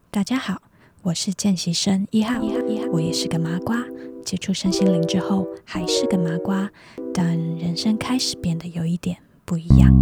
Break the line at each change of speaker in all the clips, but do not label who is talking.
大家好，我是见习生1号，我也是个麻瓜，接触身心灵之后还是个麻瓜，但人生开始变得有一点不一样。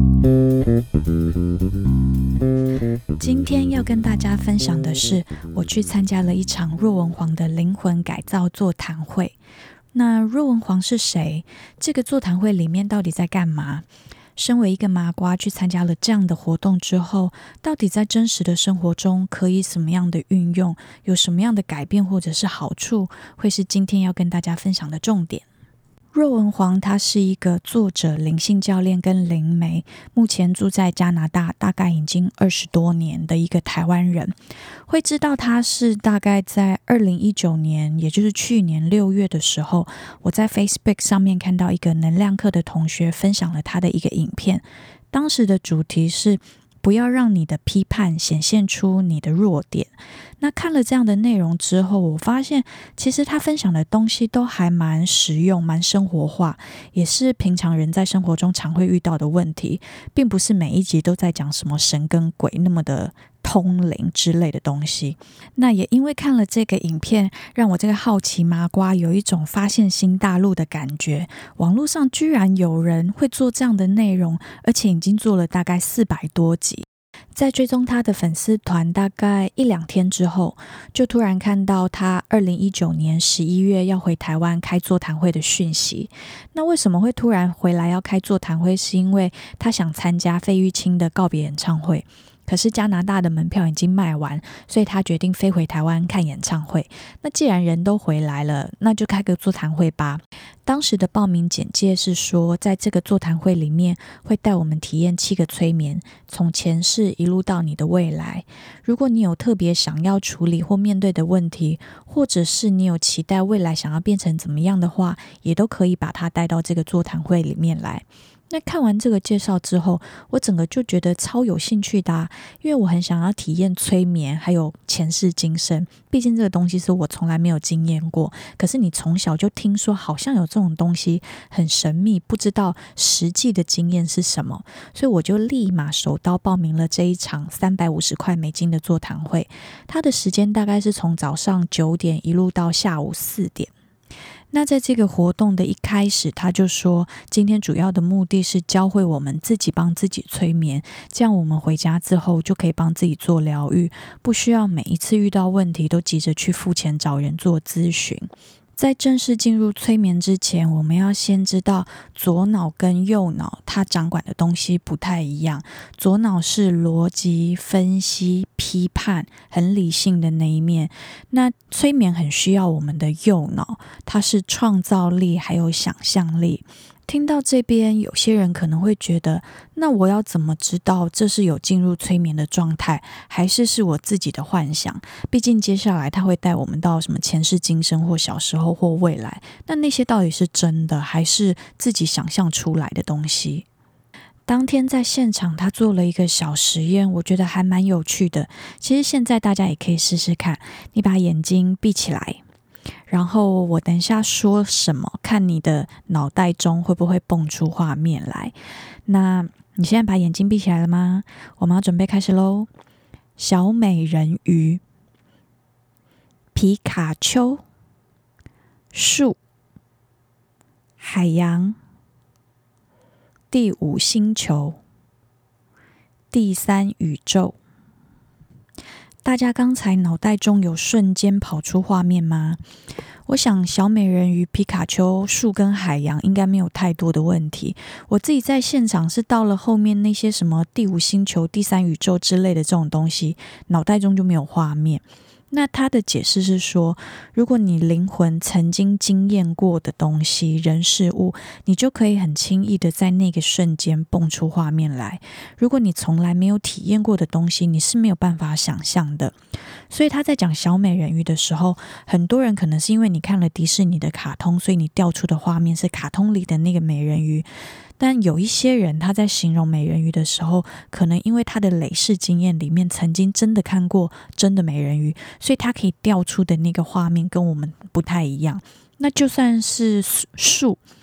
今天要跟大家分享的是，我去参加了一场若文皇的灵魂改造座谈会。那若文皇是谁？这个座谈会里面到底在干嘛？身为一个麻瓜去参加了这样的活动之后，到底在真实的生活中可以什么样的运用，有什么样的改变或者是好处，会是今天要跟大家分享的重点。若文皇他是一个作者、灵性教练跟灵媒，目前住在加拿大，大概已经20多年的一个台湾人。会知道他是大概在2019年，也就是去年6月的时候，我在 Facebook 上面看到一个能量课的同学分享了他的一个影片，当时的主题是不要让你的批判显现出你的弱点。那看了这样的内容之后，我发现其实他分享的东西都还蛮实用、蛮生活化，也是平常人在生活中常会遇到的问题，并不是每一集都在讲什么神跟鬼那么的通灵之类的东西。那也因为看了这个影片，让我这个好奇麻瓜有一种发现新大陆的感觉。网络上居然有人会做这样的内容，而且已经做了大概400多集。在追踪他的粉丝团大概1-2天之后，就突然看到他2019年11月要回台湾开座谈会的讯息。那为什么会突然回来要开座谈会？是因为他想参加费玉清的告别演唱会，可是加拿大的门票已经卖完，所以他决定飞回台湾看演唱会。那既然人都回来了，那就开个座谈会吧。当时的报名简介是说，在这个座谈会里面会带我们体验7个催眠，从前世一路到你的未来。如果你有特别想要处理或面对的问题，或者是你有期待未来想要变成怎么样的话，也都可以把它带到这个座谈会里面来。那看完这个介绍之后，我整个就觉得超有兴趣的因为我很想要体验催眠还有前世今生，毕竟这个东西是我从来没有经验过，可是你从小就听说好像有这种东西很神秘，不知道实际的经验是什么，所以我就立马手刀报名了这一场350块美金的座谈会。它的时间大概是从早上9点一路到下午4点。那在这个活动的一开始，他就说今天主要的目的是教会我们自己帮自己催眠，这样我们回家之后就可以帮自己做疗愈，不需要每一次遇到问题都急着去付钱找人做咨询。在正式进入催眠之前，我们要先知道左脑跟右脑它掌管的东西不太一样。左脑是逻辑、分析、批判，很理性的那一面。那催眠很需要我们的右脑，它是创造力还有想象力。听到这边，有些人可能会觉得，那我要怎么知道这是有进入催眠的状态，还是我自己的幻想？毕竟接下来他会带我们到什么前世今生或小时候或未来，那些到底是真的还是自己想象出来的东西？当天在现场他做了一个小实验，我觉得还蛮有趣的。其实现在大家也可以试试看，你把眼睛闭起来，然后我等一下说什么，看你的脑袋中会不会蹦出画面来。那你现在把眼睛闭起来了吗？我们要准备开始咯。小美人鱼、皮卡丘、树、海洋、第5星球、第3宇宙。大家刚才脑袋中有瞬间跑出画面吗？我想小美人鱼、皮卡丘、树跟海洋应该没有太多的问题。我自己在现场是到了后面那些什么第5星球、第3宇宙之类的这种东西，脑袋中就没有画面。那他的解释是说，如果你灵魂曾经经验过的东西、人事物，你就可以很轻易的在那个瞬间蹦出画面来。如果你从来没有体验过的东西，你是没有办法想象的。所以他在讲小美人鱼的时候，很多人可能是因为你看了迪士尼的卡通，所以你调出的画面是卡通里的那个美人鱼。但有一些人他在形容美人鱼的时候，可能因为他的累世经验里面曾经真的看过真的美人鱼，所以他可以调出的那个画面跟我们不太一样。那就算是树，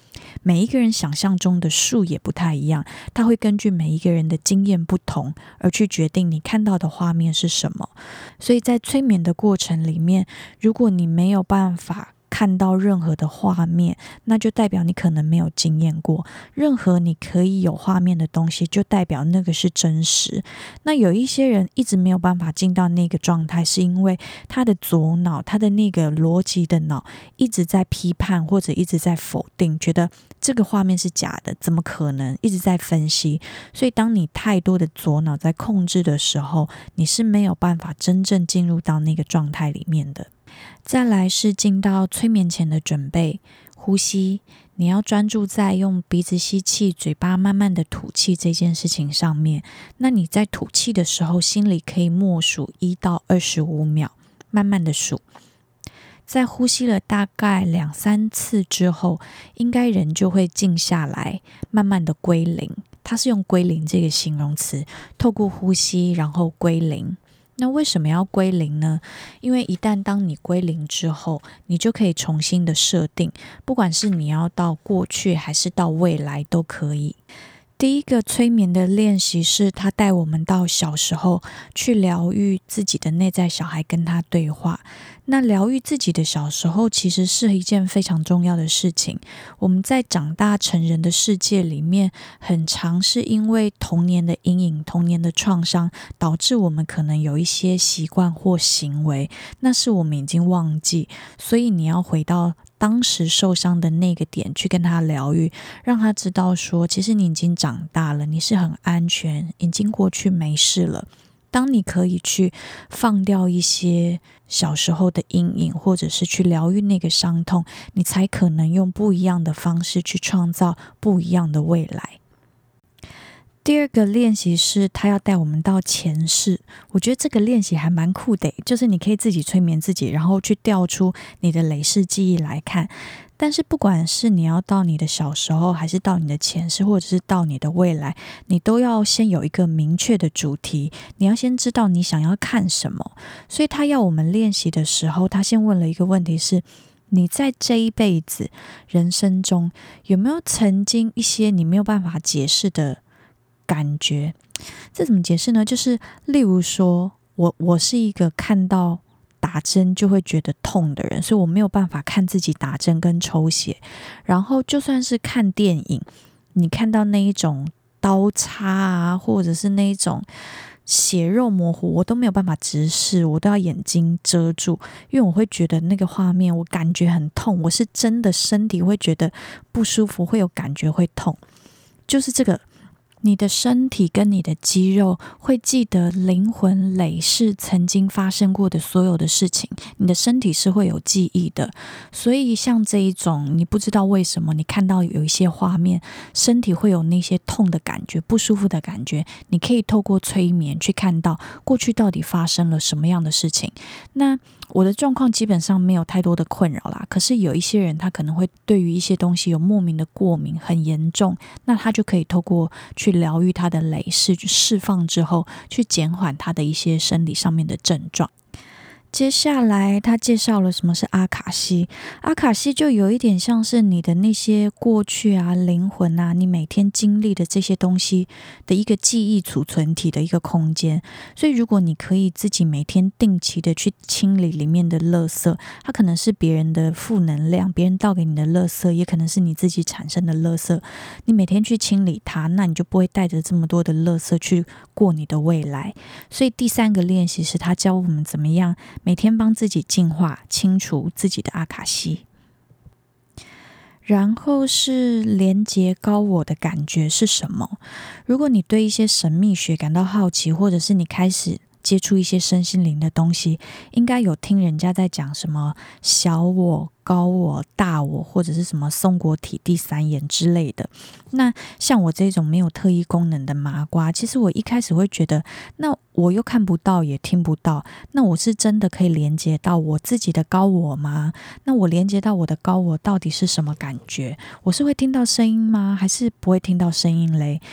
每一个人想象中的树也不太一样，它会根据每一个人的经验不同而去决定你看到的画面是什么。所以在催眠的过程里面，如果你没有办法看到任何的画面，那就代表你可能没有经验过。任何你可以有画面的东西，就代表那个是真实。那有一些人一直没有办法进到那个状态，是因为他的左脑，他的那个逻辑的脑一直在批判或者一直在否定，觉得这个画面是假的，怎么可能，一直在分析。所以当你太多的左脑在控制的时候，你是没有办法真正进入到那个状态里面的。再来是进到催眠前的准备，呼吸，你要专注在用鼻子吸气，嘴巴慢慢的吐气这件事情上面。那你在吐气的时候，心里可以默数1到25秒，慢慢的数。在呼吸了大概2-3次之后，应该人就会静下来，慢慢的归零。它是用归零这个形容词，透过呼吸然后归零。那为什么要归零呢？因为一旦当你归零之后，你就可以重新的设定，不管是你要到过去还是到未来都可以。第一个催眠的练习是他带我们到小时候去疗愈自己的内在小孩，跟他对话。那疗愈自己的小时候其实是一件非常重要的事情。我们在长大成人的世界里面，很常是因为童年的阴影、童年的创伤，导致我们可能有一些习惯或行为，那是我们已经忘记。所以你要回到当时受伤的那个点去跟他疗愈，让他知道说其实你已经长大了，你是很安全，已经过去没事了。当你可以去放掉一些小时候的阴影，或者是去疗愈那个伤痛，你才可能用不一样的方式去创造不一样的未来。第二个练习是他要带我们到前世，我觉得这个练习还蛮酷的，就是你可以自己催眠自己，然后去调出你的累世记忆来看。但是不管是你要到你的小时候，还是到你的前世，或者是到你的未来，你都要先有一个明确的主题，你要先知道你想要看什么。所以他要我们练习的时候，他先问了一个问题是，你在这一辈子人生中有没有曾经一些你没有办法解释的感觉？这怎么解释呢？就是例如说我是一个看到打针就会觉得痛的人，所以我没有办法看自己打针跟抽血。然后就算是看电影，你看到那一种刀叉啊，或者是那一种血肉模糊，我都没有办法直视，我都要眼睛遮住，因为我会觉得那个画面我感觉很痛，我是真的身体会觉得不舒服，会有感觉会痛。就是这个，你的身体跟你的肌肉会记得灵魂累世曾经发生过的所有的事情，你的身体是会有记忆的。所以像这一种你不知道为什么你看到有一些画面，身体会有那些痛的感觉，不舒服的感觉，你可以透过催眠去看到过去到底发生了什么样的事情。那我的状况基本上没有太多的困扰啦，可是有一些人他可能会对于一些东西有莫名的过敏，很严重，那他就可以透过去疗愈他的累世，释放之后去减缓他的一些生理上面的症状。接下来他介绍了什么是阿卡西。阿卡西就有一点像是你的那些过去啊、灵魂啊，你每天经历的这些东西的一个记忆储存体的一个空间。所以如果你可以自己每天定期的去清理里面的垃圾，它可能是别人的负能量，别人倒给你的垃圾，也可能是你自己产生的垃圾，你每天去清理它，那你就不会带着这么多的垃圾去过你的未来。所以第三个练习是他教我们怎么样每天帮自己净化清除自己的阿卡西。然后是连结高我的感觉是什么。如果你对一些神秘学感到好奇，或者是你开始接触一些身心灵的东西，应该有听人家在讲什么小我、高我、大我，或者是什么松果体第三眼之类的。那像我这种没有特异功能的麻瓜，其实我一开始会觉得，那我又看不到也听不到，那我是真的可以连接到我自己的高我吗？那我连接到我的高我到底是什么感觉？我是会听到声音吗？还是不会听到声音嘞？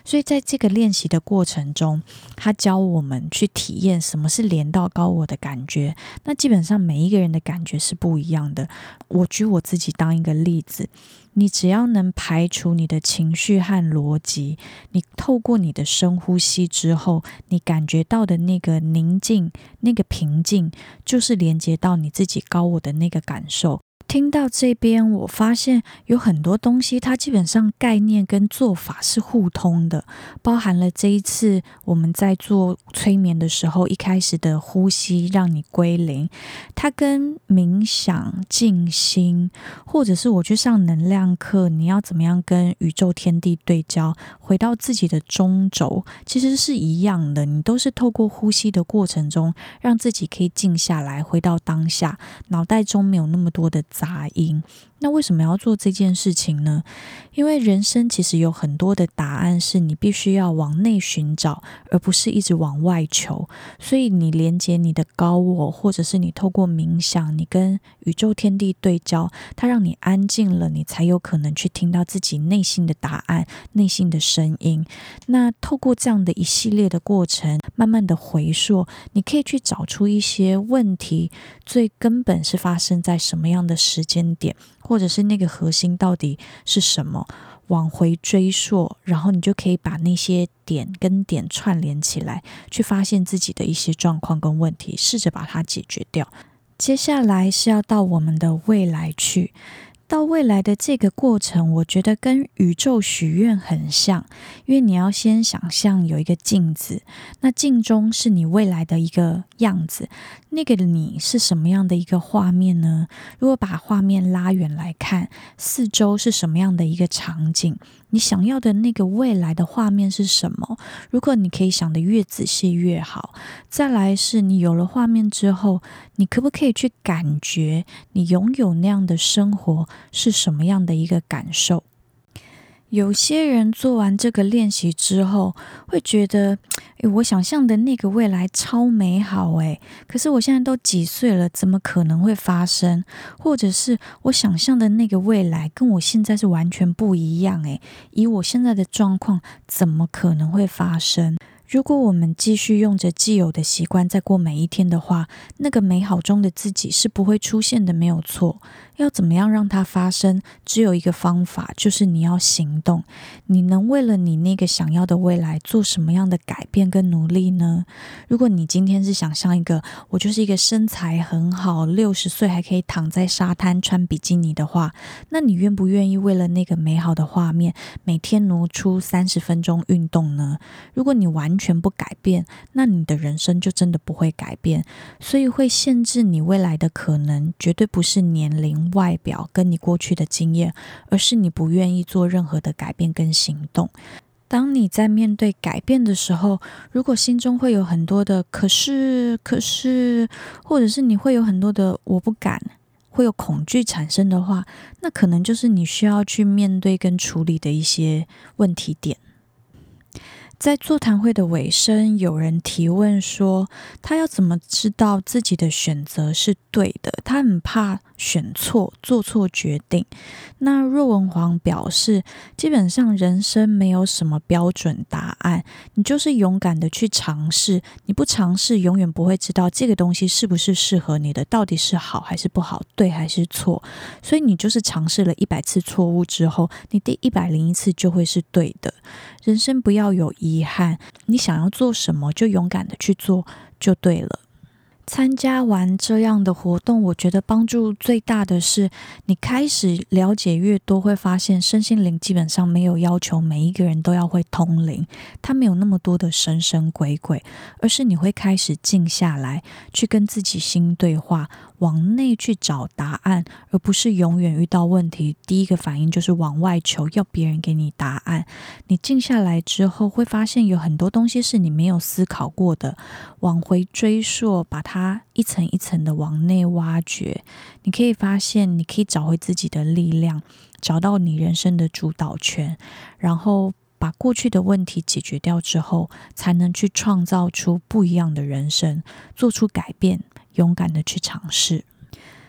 所以在这个练习的过程中，他教我们去体验什么是连到高我的感觉。那基本上每一个人的感觉是不一样的。我举我自己当一个例子，你只要能排除你的情绪和逻辑，你透过你的深呼吸之后，你感觉到的那个宁静、那个平静，就是连接到你自己高我的那个感受。听到这边，我发现有很多东西，它基本上概念跟做法是互通的，包含了这一次我们在做催眠的时候，一开始的呼吸让你归零，它跟冥想、静心，或者是我去上能量课，你要怎么样跟宇宙天地对焦，回到自己的中轴，其实是一样的。你都是透过呼吸的过程中，让自己可以静下来，回到当下，脑袋中没有那么多的杂音。那为什么要做这件事情呢？因为人生其实有很多的答案是你必须要往内寻找，而不是一直往外求。所以你连接你的高我，或者是你透过冥想，你跟宇宙天地对焦，它让你安静了，你才有可能去听到自己内心的答案，内心的声音。那透过这样的一系列的过程，慢慢的回溯，你可以去找出一些问题最根本是发生在什么样的时间点，或者是那个核心到底是什么，往回追溯，然后你就可以把那些点跟点串联起来，去发现自己的一些状况跟问题，试着把它解决掉。接下来是要到我们的未来去。到未来的这个过程，我觉得跟宇宙许愿很像，因为你要先想象有一个镜子，那镜中是你未来的一个样子，那个你是什么样的一个画面呢？如果把画面拉远来看，四周是什么样的一个场景？你想要的那个未来的画面是什么？如果你可以想得越仔细越好。再来是你有了画面之后，你可不可以去感觉你拥有那样的生活是什么样的一个感受？有些人做完这个练习之后，会觉得，我想象的那个未来超美好可是我现在都几岁了，怎么可能会发生？或者是我想象的那个未来跟我现在是完全不一样以我现在的状况，怎么可能会发生？如果我们继续用着既有的习惯在过每一天的话，那个美好中的自己是不会出现的，没有错。要怎么样让它发生？只有一个方法，就是你要行动。你能为了你那个想要的未来做什么样的改变跟努力呢？如果你今天是想象一个，我就是一个身材很好，60岁还可以躺在沙滩穿比基尼的话，那你愿不愿意为了那个美好的画面，每天挪出30分钟运动呢？如果你完全不改变，那你的人生就真的不会改变。所以会限制你未来的可能，绝对不是年龄、外表跟你过去的经验，而是你不愿意做任何的改变跟行动。当你在面对改变的时候，如果心中会有很多的可是，或者是你会有很多的我不敢，会有恐惧产生的话，那可能就是你需要去面对跟处理的一些问题点。在座谈会的尾声，有人提问说，他要怎么知道自己的选择是对的？他很怕选错，做错决定。那若文黄表示，基本上人生没有什么标准答案，你就是勇敢的去尝试。你不尝试，永远不会知道这个东西是不是适合你的，到底是好还是不好，对还是错。所以你就是尝试了100次错误之后，你第101次就会是对的。人生不要有遗憾，你想要做什么就勇敢的去做就对了。参加完这样的活动，我觉得帮助最大的是你开始了解越多，会发现身心灵基本上没有要求每一个人都要会通灵，它没有那么多的神神鬼鬼，而是你会开始静下来，去跟自己心对话，往内去找答案，而不是永远遇到问题第一个反应就是往外求，要别人给你答案。你静下来之后，会发现有很多东西是你没有思考过的，往回追溯，把它一层一层的往内挖掘，你可以发现你可以找回自己的力量，找到你人生的主导权，然后把过去的问题解决掉之后，才能去创造出不一样的人生，做出改变，勇敢的去尝试。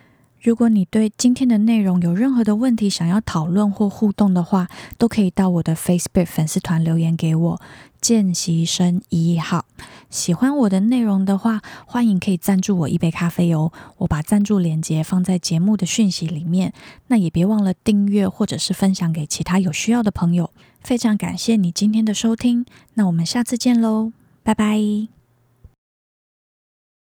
如果你对今天的内容有任何的问题想要讨论或互动的话，都可以到我的 Facebook 粉丝团留言给我，见习生1号。喜欢我的内容的话，欢迎可以赞助我一杯咖啡哦，我把赞助链接放在节目的讯息里面，那也别忘了订阅或者是分享给其他有需要的朋友。非常感谢你今天的收听，那我们下次见喽，拜拜。